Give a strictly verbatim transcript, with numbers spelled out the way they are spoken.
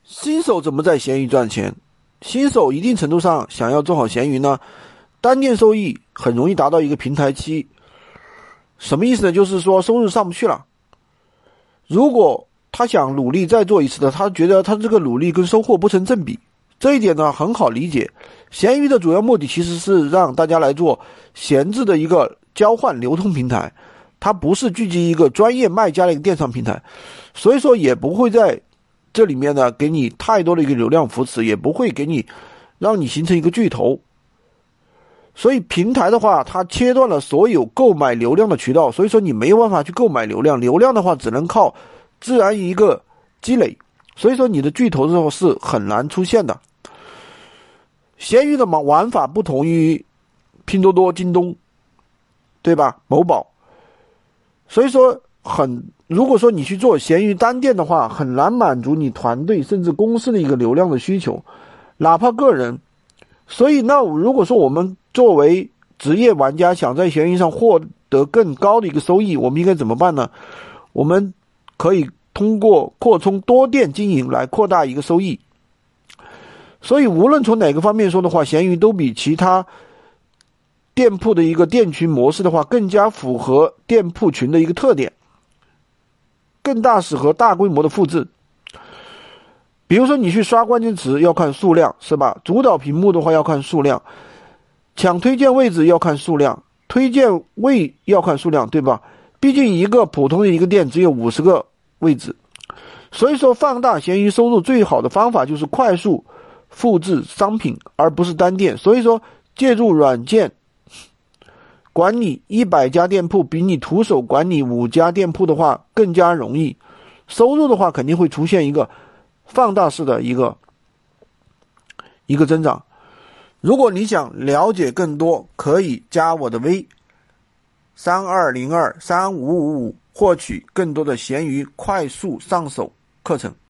新手怎么在闲鱼赚钱？新手一定程度上想要做好闲鱼呢，单店收益很容易达到一个平台期。什么意思呢？就是说收入上不去了。如果他想努力再做一次的，他觉得他这个努力跟收获不成正比，这一点呢很好理解。闲鱼的主要目的其实是让大家来做闲置的一个交换流通平台，它不是聚集一个专业卖家的一个电商平台，所以说也不会在这里面呢给你太多的一个流量扶持，也不会给你让你形成一个巨头。所以平台的话，它切断了所有购买流量的渠道，所以说你没有办法去购买流量，流量的话只能靠自然一个积累，所以说你的巨头的时候是很难出现的。闲鱼的玩法不同于拼多多、京东，对吧？某宝，所以说很，如果说你去做闲鱼单店的话，很难满足你团队甚至公司的一个流量的需求，哪怕个人。所以那如果说我们作为职业玩家想在闲鱼上获得更高的一个收益，我们应该怎么办呢？我们可以通过扩充多店经营来扩大一个收益。所以无论从哪个方面说的话，闲鱼都比其他店铺的一个店群模式的话更加符合店铺群的一个特点，更大适合大规模的复制。比如说你去刷关键词要看数量，是吧？主导屏幕的话要看数量，抢推荐位置要看数量，推荐位要看数量，对吧？毕竟一个普通的一个店只有五十个位置，所以说放大闲鱼收入最好的方法就是快速复制商品，而不是单店。所以说借助软件管理一百家店铺比你徒手管理五家店铺的话更加容易，收入的话肯定会出现一个放大式的一个一个增长。如果你想了解更多，可以加我的微三二零二三五五五，获取更多的闲鱼快速上手课程。